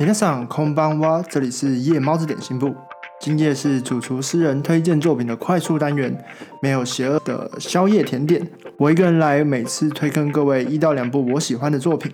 皆さんこんばんは，这里是夜猫子点心部。今夜是主厨私人推荐作品的快速单元，没有邪恶的宵夜甜点，我一个人来，每次推坑各位1到2部我喜欢的作品。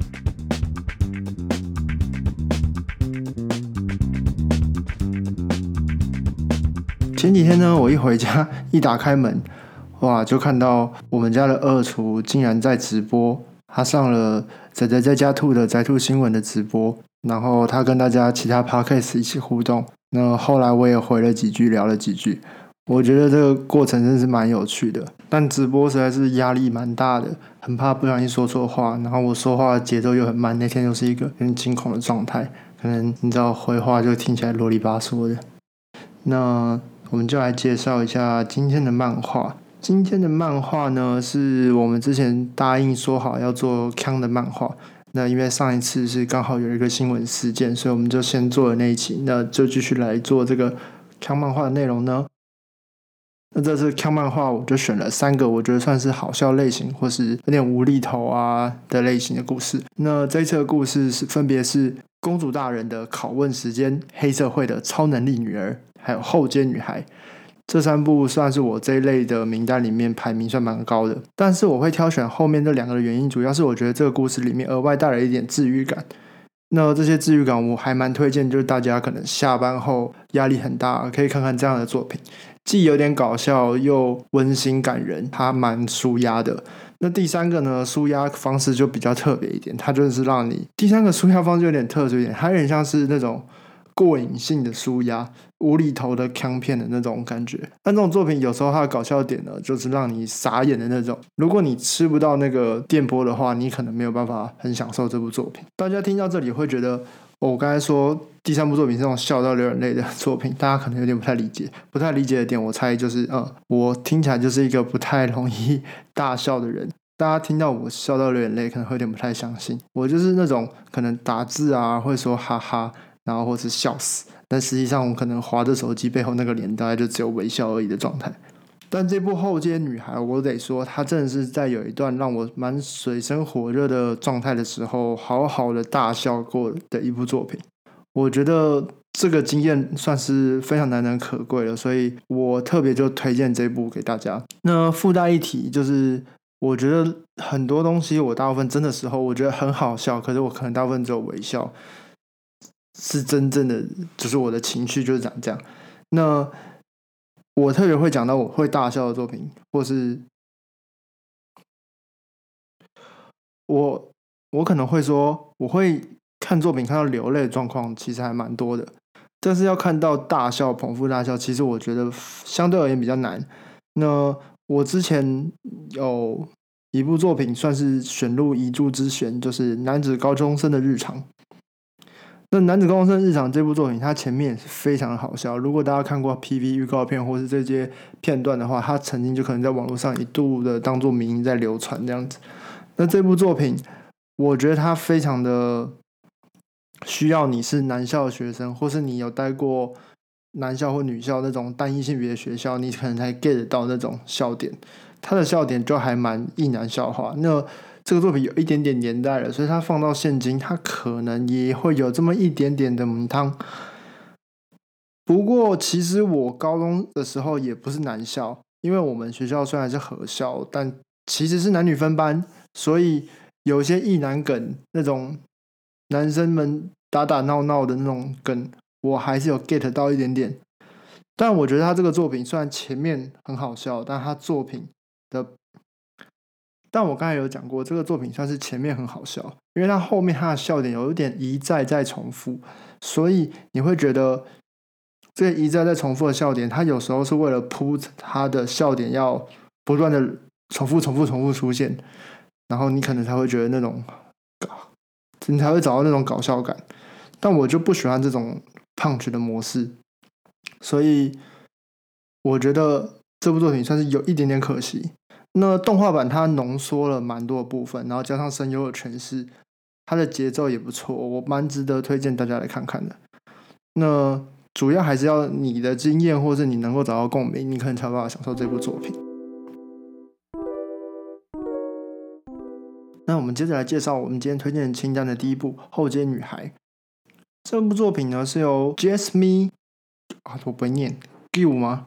前几天呢，我一回家，一打开门，哇，就看到我们家的二厨竟然在直播，他上了仔仔在家兔的宅兔新闻的直播，然后他跟大家其他 podcast 一起互动。那后来我也回了几句，聊了几句，我觉得这个过程真是蛮有趣的。但直播实在是压力蛮大的，很怕不小心说错话，然后我说话的节奏又很慢，那天又是一个很惊恐的状态，可能你知道回话就听起来啰里吧嗦的。那我们就来介绍一下今天的漫画。今天的漫画呢，是我们之前答应说好要做康的漫画。那因为上一次是刚好有一个新闻事件，所以我们就先做了那一期，那就继续来做这个康漫画的内容呢。那这次康漫画我就选了3个我觉得算是好笑类型或是有点无厘头啊的类型的故事。那这一次的故事分别是公主大人的拷问时间、黑社会的超能力女儿，还有后街女孩。这3部算是我这一类的名单里面排名算蛮高的，但是我会挑选后面这2个的原因，主要是我觉得这个故事里面额外带了一点治愈感。那这些治愈感我还蛮推荐，就是大家可能下班后压力很大，可以看看这样的作品，既有点搞笑又温馨感人，它蛮舒压的。那第3个呢，舒压方式就比较特别一点，它就是让你第3个舒压方式有点特殊一点，它有点像是那种过瘾性的舒压，无厘头的腔片的那种感觉。但这种作品有时候它的搞笑点呢，就是让你傻眼的那种。如果你吃不到那个电波的话，你可能没有办法很享受这部作品。大家听到这里会觉得，我刚才说第3部作品是这种笑到流眼泪的作品，大家可能有点不太理解。不太理解的点，我猜就是，我听起来就是一个不太容易大笑的人。大家听到我笑到流眼泪，可能会有点不太相信。我就是那种可能打字啊，会说哈哈，然后或是笑死，但实际上我可能滑着手机背后那个脸大概就只有微笑而已的状态。但这部后街女孩，我得说她真的是在有一段让我蛮水深火热的状态的时候，好好的大笑过的一部作品。我觉得这个经验算是非常难能可贵了，所以我特别就推荐这部给大家。那附带一提就是，我觉得很多东西我大部分真的时候我觉得很好笑，可是我可能大部分只有微笑，是真正的就是我的情绪就是长这样。那我特别会讲到我会大笑的作品，或是我可能会说我会看作品看到流泪的状况其实还蛮多的，但是要看到大笑捧腹大笑，其实我觉得相对而言比较难。那我之前有一部作品算是选入遗珠之选，就是男子高中生的日常。那男子高中生日常这部作品，它前面是非常好笑。如果大家看过 PV 预告片或是这些片段的话，它曾经就可能在网络上一度的当作迷因在流传这样子。那这部作品，我觉得它非常的需要你是男校的学生，或是你有待过男校或女校那种单一性别的学校，你可能才 get 到那种笑点。它的笑点就还蛮意男笑话。那这个作品有一点点年代了，所以它放到现今，它可能也会有这么一点点的母汤。不过，其实我高中的时候也不是男校，因为我们学校虽然是合校，但其实是男女分班，所以有些意男梗那种男生们打打闹闹的那种梗，我还是有 get 到一点点。但我觉得他这个作品虽然前面很好笑，但他作品的，但我刚才有讲过，这个作品算是前面很好笑，因为他后面他的笑点有一点一再再重复，所以你会觉得这个一再再重复的笑点，他有时候是为了铺他的笑点要不断的重复出现，然后你可能才会觉得那种，你才会找到那种搞笑感。但我就不喜欢这种 punch 的模式，所以我觉得这部作品算是有一点点可惜。那动画版它浓缩了蛮多的部分，然后加上声优的诠释，它的节奏也不错，我蛮值得推荐大家来看看的。那主要还是要你的经验，或是你能够找到共鸣，你可能才有办法享受这部作品。那我们接着来介绍我们今天推荐的清单的第一部《后街女孩》。 这部作品呢是由 Jasmine 我不会念 Gyuh 吗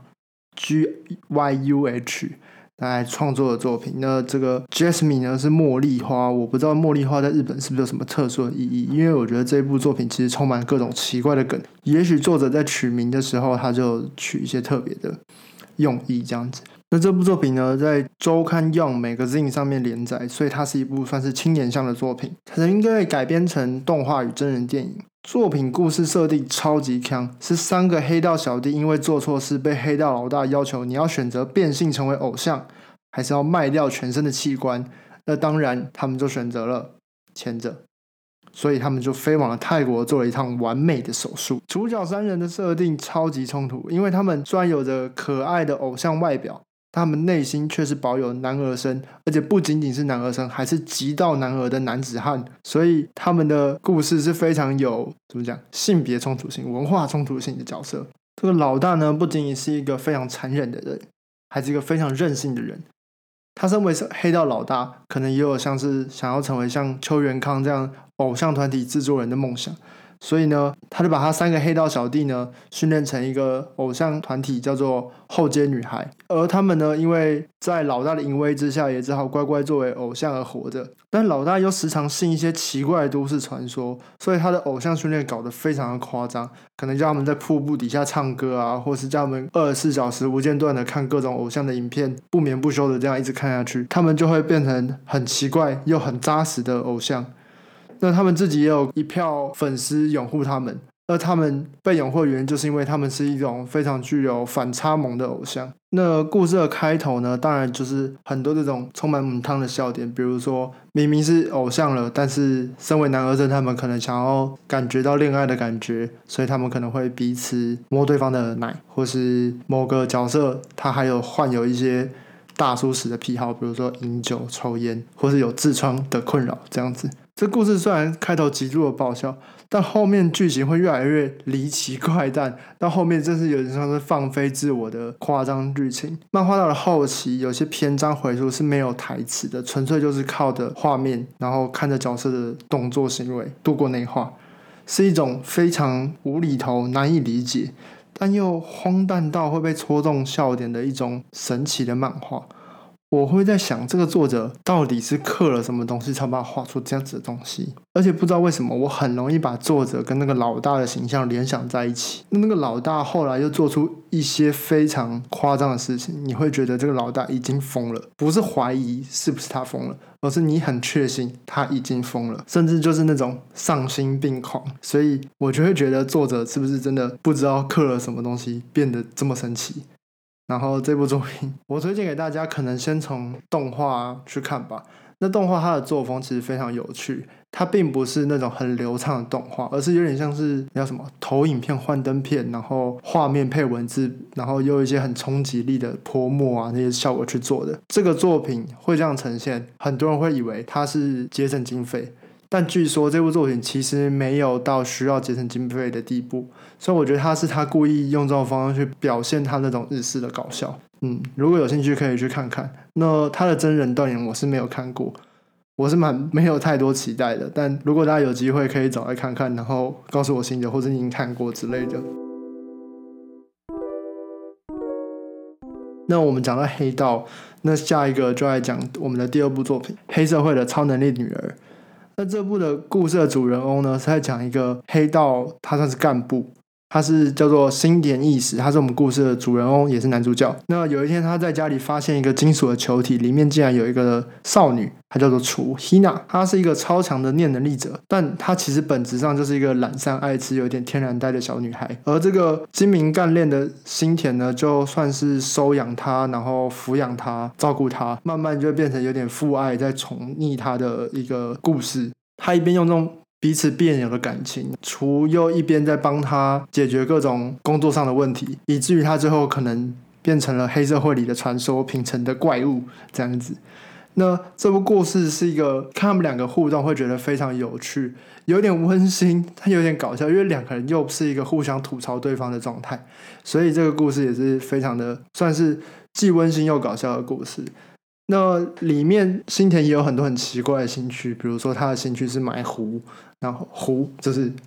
Gyuh 来创作的作品。那这个 Jasmine 呢是茉莉花，我不知道茉莉花在日本是不是有什么特殊的意义，因为我觉得这部作品其实充满各种奇怪的梗，也许作者在取名的时候他就取一些特别的用意这样子。那这部作品呢在周刊 Young Magazine 上面连载，所以它是一部算是青年向的作品，它应该改编成动画与真人电影。作品故事设定超级强，是3个黑道小弟因为做错事被黑道老大要求你要选择变性成为偶像，还是要卖掉全身的器官。那当然他们就选择了前者，所以他们就飞往了泰国做了一趟完美的手术。主角3人的设定超级冲突，因为他们虽然有着可爱的偶像外表，他们内心却是保有男儿身，而且不仅仅是男儿身，还是极道男儿的男子汉。所以他们的故事是非常有怎么讲性别冲突性、文化冲突性的角色。这个老大呢，不仅仅是一个非常残忍的人，还是一个非常任性的人。他身为黑道老大，可能也有像是想要成为像邱元康这样偶像团体制作人的梦想。所以呢，他就把他3个黑道小弟呢训练成一个偶像团体，叫做后街女孩。而他们呢，因为在老大的淫威之下，也只好乖乖作为偶像而活着。但老大又时常信一些奇怪的都市传说，所以他的偶像训练搞得非常的夸张，可能叫他们在瀑布底下唱歌啊，或是叫他们24小时无间断的看各种偶像的影片，不眠不休的这样一直看下去，他们就会变成很奇怪又很扎实的偶像。那他们自己也有一票粉丝拥护他们，而他们被拥护的原因就是因为他们是一种非常具有反差萌的偶像。那故事的开头呢，当然就是很多这种充满母汤的笑点，比如说明明是偶像了，但是身为男儿身，他们可能想要感觉到恋爱的感觉，所以他们可能会彼此摸对方的奶，或是某个角色他还有患有一些大叔时的癖好，比如说饮酒、抽烟，或是有痔疮的困扰这样子。这故事虽然开头极度的爆笑，但后面剧情会越来越离奇怪诞，到后面真是有点像是放飞自我的夸张剧情。漫画到了后期，有些篇章回溯是没有台词的，纯粹就是靠着画面，然后看着角色的动作行为度过内话，是一种非常无厘头、难以理解，但又荒诞到会被戳中笑点的一种神奇的漫画。我会在想，这个作者到底是刻了什么东西才把它画出这样子的东西，而且不知道为什么我很容易把作者跟那个老大的形象联想在一起。那个老大后来又做出一些非常夸张的事情，你会觉得这个老大已经疯了，不是怀疑是不是他疯了，而是你很确信他已经疯了，甚至就是那种丧心病狂。所以我就会觉得作者是不是真的不知道刻了什么东西变得这么神奇。然后这部作品我推荐给大家，可能先从动画去看吧。那动画它的作风其实非常有趣，它并不是那种很流畅的动画，而是有点像是叫什么投影片、幻灯片，然后画面配文字，然后又有一些很冲击力的泼墨啊那些效果去做的。这个作品会这样呈现，很多人会以为它是节省经费，但据说这部作品其实没有到需要节省经费的地步，所以我觉得他故意用这种方式去表现他那种日式的搞笑。如果有兴趣可以去看看。那他的真人导演我是没有看过，我是没有太多期待的，但如果大家有机会可以找来看看，然后告诉我心得，或者你已经看过之类的。那我们讲到黑道，那下一个就来讲我们的第2部作品《黑社会的超能力女儿》。那这部的故事的主人翁呢，是在讲一个黑道，他算是干部，他是叫做新田义史，他是我们故事的主人翁，也是男主角。那有一天他在家里发现一个金属的球体，里面竟然有一个少女，她叫做楚 Hina， 她是一个超强的念能力者，但她其实本质上就是一个懒散爱吃有点天然呆的小女孩。而这个精明干练的新田呢，就算是收养她，然后抚养她，照顾她，慢慢就变成有点父爱在宠溺她的一个故事。他一边用这种彼此别扭的感情，楚又一边在帮他解决各种工作上的问题，以至于他最后可能变成了黑社会里的传说品成的怪物这样子。那这部故事是一个看他们2个互动会觉得非常有趣，有点温馨，它有点搞笑，因为2个人又是一个互相吐槽对方的状态，所以这个故事也是非常的算是既温馨又搞笑的故事。那里面新田也有很多很奇怪的兴趣，比如说他的兴趣是买壶，然后壶就是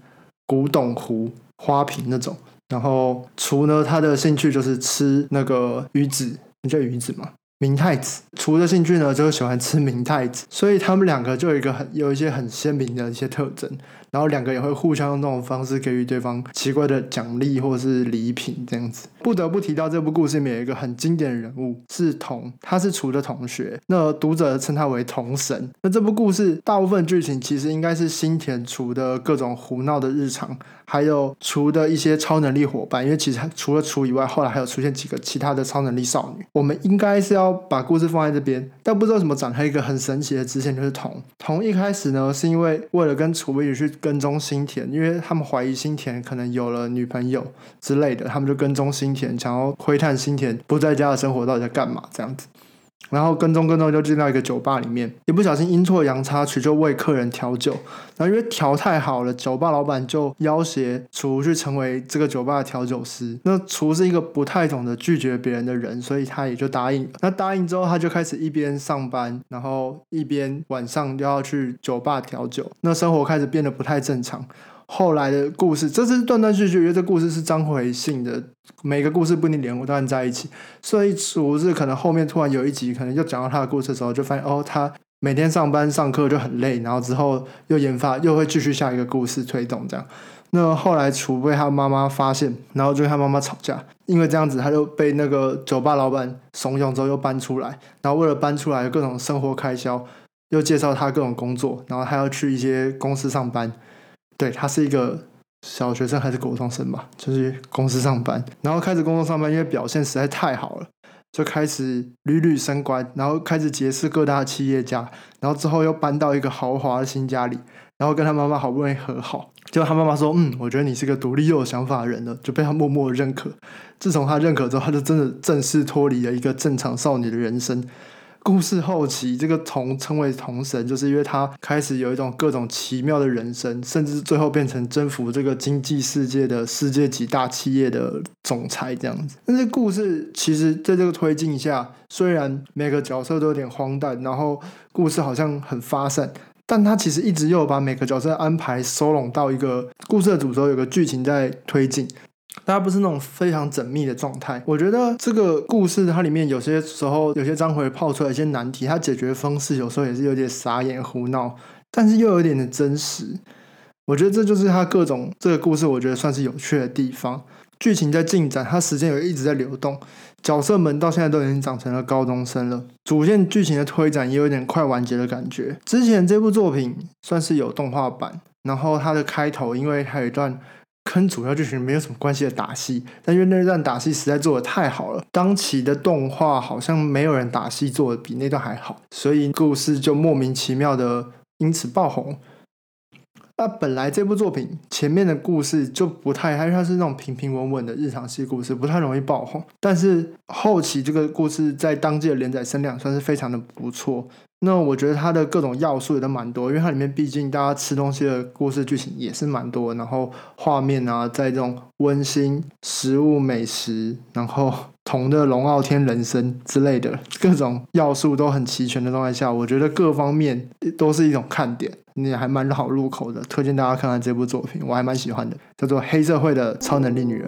古董壶、花瓶那种。然后厨呢，他的兴趣就是吃那个鱼子，你叫鱼子吗？明太子。厨的兴趣呢，就喜欢吃明太子，所以他们两个就有一些很鲜明的一些特征。然后两个也会互相用那种方式给予对方奇怪的奖励或是礼品这样子。不得不提到这部故事里面有一个很经典的人物是童，他是厨的同学，那读者称他为童神。那这部故事大部分剧情其实应该是新田厨的各种胡闹的日常，还有厨的一些超能力伙伴，因为其实除了厨以外，后来还有出现几个其他的超能力少女。我们应该是要把故事放在这边，但不知道怎么展开一个很神奇的支线，就是童一开始呢是因为为了跟厨一起去跟踪新田，因为他们怀疑新田可能有了女朋友之类的，他们就跟踪新田，想要窥探新田不在家的生活到底在干嘛这样子。然后跟踪就进到一个酒吧里面，一不小心阴错阳差去就为客人调酒，然后因为调太好了，酒吧老板就要挟厨去成为这个酒吧的调酒师。那厨是一个不太懂得拒绝别人的人，所以他也就答应了。那答应之后，他就开始一边上班，然后一边晚上就要去酒吧调酒，那生活开始变得不太正常。后来的故事，这是断断续续，因为这故事是章回性的，每个故事不一定连贯在一起，所以厨是可能后面突然有一集可能就讲到他的故事的时候，就发现他每天上班上课就很累，然后之后又会继续下一个故事推动这样。那后来厨被他妈妈发现，然后就跟他妈妈吵架，因为这样子他就被那个酒吧老板怂恿之后又搬出来，然后为了搬出来各种生活开销，又介绍他各种工作，然后他要去一些公司上班。对，他是一个小学生还是国中生吧，就是公司上班，然后开始工作上班，因为表现实在太好了，就开始屡升官，然后开始结识各大企业家，然后之后又搬到一个豪华的新家里，然后跟他妈妈好不容易和好，结果他妈妈说我觉得你是个独立又有想法的人了，就被他默默认可。自从他认可之后，他就真的正式脱离了一个正常少女的人生。故事后期，这个童称为童神，就是因为他开始有一种各种奇妙的人生，甚至最后变成征服这个经济世界的世界级大企业的总裁这样子。但是故事其实在这个推进下，虽然每个角色都有点荒诞，然后故事好像很发散，但他其实一直又把每个角色安排收拢到一个故事的主轴，有个剧情在推进。大家不是那种非常缜密的状态。我觉得这个故事它里面有些时候有些章回泡出来一些难题，它解决方式有时候也是有点傻眼胡闹，但是又有一点的真实。我觉得这就是它各种这个故事我觉得算是有趣的地方。剧情在进展，它时间有一直在流动，角色们到现在都已经长成了高中生了，主线剧情的推展也有点快完结的感觉。之前这部作品算是有动画版，然后它的开头因为还有一段跟主要剧情没有什么关系的打戏，但因为那段打戏实在做得太好了，当期的动画好像没有人打戏做得比那段还好，所以故事就莫名其妙的因此爆红。那本来这部作品前面的故事就不太，因为它是那种平平稳稳的日常系故事，不太容易爆红。但是后期这个故事在当季的连载声量算是非常的不错。那我觉得它的各种要素也都蛮多，因为它里面毕竟大家吃东西的故事剧情也是蛮多，然后画面啊，在这种温馨食物美食，然后童的龙傲天人生之类的各种要素都很齐全的状态下，我觉得各方面都是一种看点，也还蛮好入口的，推荐大家看看这部作品，我还蛮喜欢的，叫做《黑社会的超能力女儿》。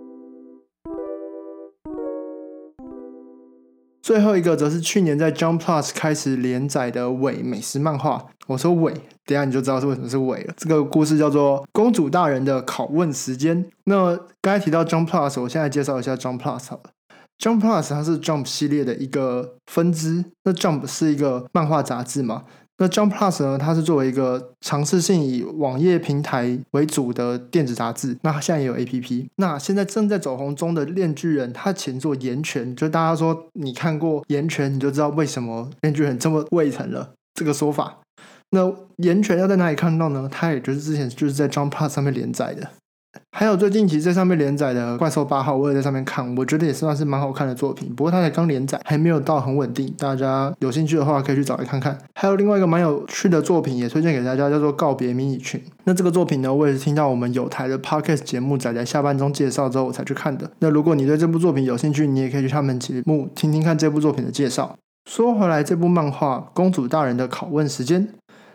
最后一个则是去年在 Jump Plus 开始连载的伪美食漫画。我说伪，等一下你就知道是为什么是伪了。这个故事叫做《公主大人的拷问时间》。那刚才提到 Jump Plus， 我现在介绍一下 Jump Plus 好了。Jump Plus 它是 Jump 系列的一个分支。那 Jump 是一个漫画杂志嘛？那 Jump Plus 呢，它是作为一个尝试性以网页平台为主的电子杂志，那它现在也有 APP。那现在正在走红中的链锯人，它前作岩泉，就大家说你看过岩泉，你就知道为什么链锯人这么胃疼了这个说法。那岩泉要在哪里看到呢？它也就是之前就是在 Jump Plus 上面连载的。还有最近期在上面连载的怪兽8号，我也在上面看，我觉得也算是蛮好看的作品，不过它才刚连载，还没有到很稳定，大家有兴趣的话可以去找来看看。还有另外一个蛮有趣的作品也推荐给大家，叫做告别迷你群。那这个作品呢，我也是听到我们有台的 podcast 节目仔仔下半中介绍之后我才去看的。那如果你对这部作品有兴趣，你也可以去他们节目听听看这部作品的介绍。说回来，这部漫画《公主大人的拷问时间》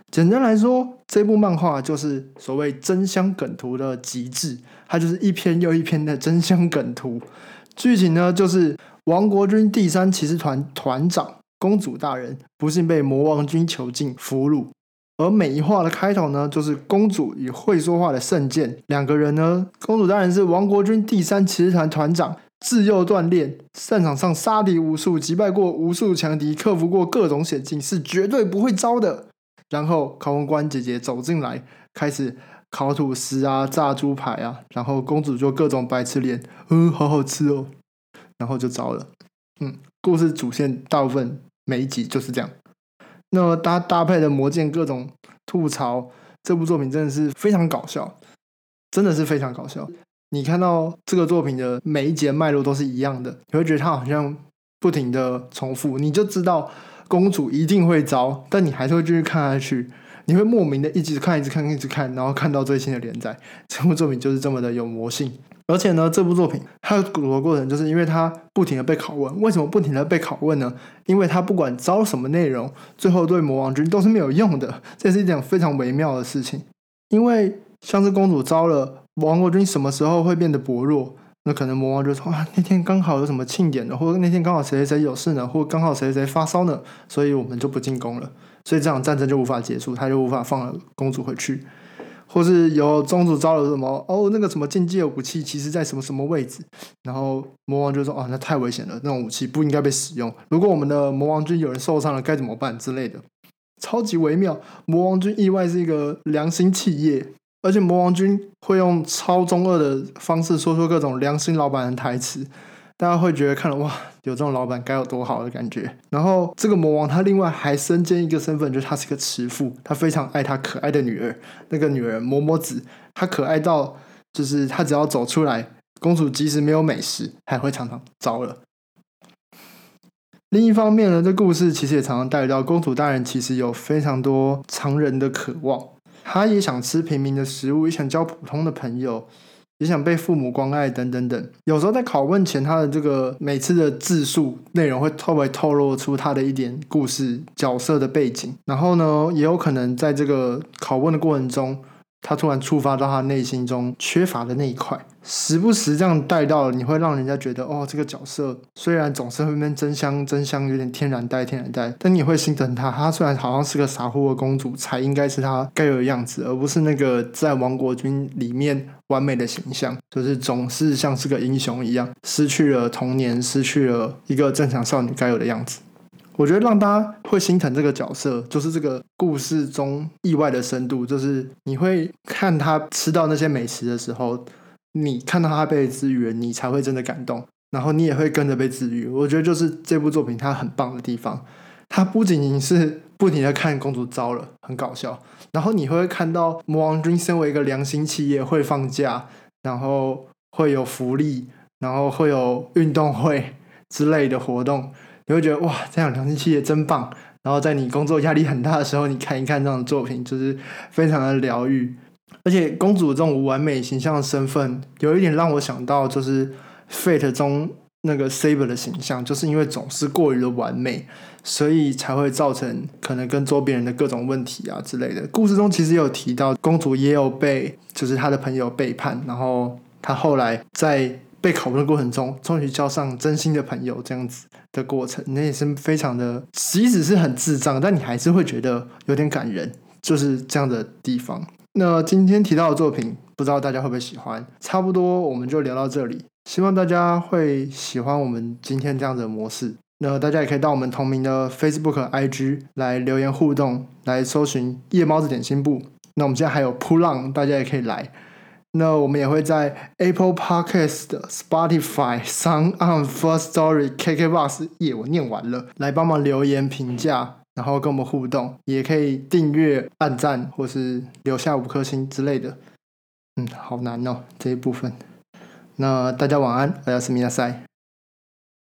简单来说，这部漫画就是所谓真香梗图的极致，它就是一篇又一篇的真香梗图。剧情呢，就是王国军第3骑士团团长公主大人不幸被魔王军囚禁俘虏，而每一话的开头呢，就是公主与会说话的圣剑两个人呢。公主大人是王国军第3骑士团团长，自幼锻炼，战场上杀敌无数，击败过无数强敌，克服过各种险境，是绝对不会招的。然后考文官姐姐走进来，开始烤吐司啊，炸猪排啊，然后公主就各种白痴脸，好好吃哦，然后就招了。故事主线大部分每一集就是这样。那么搭配的魔剑各种吐槽，这部作品真的是非常搞笑，真的是非常搞笑。你看到这个作品的每一节脉络都是一样的，你会觉得它好像不停的重复，你就知道公主一定会招，但你还是会继续看下去，你会莫名的一直看，然后看到最新的连载。这部作品就是这么的有魔性。而且呢，这部作品它的过程就是因为它不停的被拷问。为什么不停的被拷问呢？因为它不管招什么内容，最后对魔王军都是没有用的，这是一件非常微妙的事情。因为像是公主招了，王国军什么时候会变得薄弱？那可能魔王就说那天刚好有什么庆典呢，或者那天刚好谁谁谁有事呢，或刚好谁谁发烧呢，所以我们就不进攻了，所以这场战争就无法结束，他就无法放了公主回去。或是有宗主招了什么那个什么禁忌的武器其实在什么什么位置，然后魔王就说那太危险了，那种武器不应该被使用，如果我们的魔王军有人受伤了该怎么办之类的，超级微妙。魔王军意外是一个良心企业，而且魔王军会用超中二的方式说出各种良心老板的台词，大家会觉得看了哇，有这种老板该有多好的感觉。然后这个魔王他另外还身兼一个身份，就是他是个慈父，他非常爱他可爱的女儿，那个女儿嬷嬷子，他可爱到就是他只要走出来，公主即使没有美食还会常常招了。另一方面呢，这故事其实也常常带到公主大人其实有非常多常人的渴望，他也想吃平民的食物，也想交普通的朋友，也想被父母关爱等等等。有时候在拷问前，他的这个每次的字数内容会透露出他的一点故事角色的背景，然后呢，也有可能在这个拷问的过程中，他突然触发到他内心中缺乏的那一块，时不时这样带到，你会让人家觉得这个角色虽然总是会变真香，有点天然呆，但你也会心疼他。他虽然好像是个傻乎的公主，才应该是他该有的样子，而不是那个在王国军里面完美的形象，就是总是像是个英雄一样，失去了童年，失去了一个正常少女该有的样子。我觉得让大家会心疼这个角色，就是这个故事中意外的深度，就是你会看他吃到那些美食的时候，你看到他被治愈了，你才会真的感动，然后你也会跟着被治愈。我觉得就是这部作品它很棒的地方，它不仅仅是不停的看公主招了，很搞笑，然后你会看到魔王军身为一个良心企业会放假，然后会有福利，然后会有运动会之类的活动，你会觉得哇，这样良心企业真棒。然后在你工作压力很大的时候，你看一看这样的作品，就是非常的疗愈。而且公主这种完美形象的身份，有一点让我想到就是 Fate 中那个 Saber 的形象，就是因为总是过于的完美，所以才会造成可能跟周边人的各种问题啊之类的。故事中其实有提到，公主也有被就是她的朋友背叛，然后她后来在被拷问的过程中，终于交上真心的朋友，这样子的过程，那也是非常的，即使是很智障，但你还是会觉得有点感人，就是这样的地方。那今天提到的作品，不知道大家会不会喜欢？差不多我们就聊到这里，希望大家会喜欢我们今天这样的模式。那大家也可以到我们同名的 Facebook、IG 来留言互动，来搜寻夜猫子点心部。那我们现在还有噗浪，大家也可以来。那我们也会在 Apple Podcast、Spotify、SoundOn、Firstory、KKBox 我念完了，来帮忙留言评价，然后跟我们互动，也可以订阅、按赞或是留下5颗星之类的。好难哦这一部分。那大家晚安，おやすみなさい。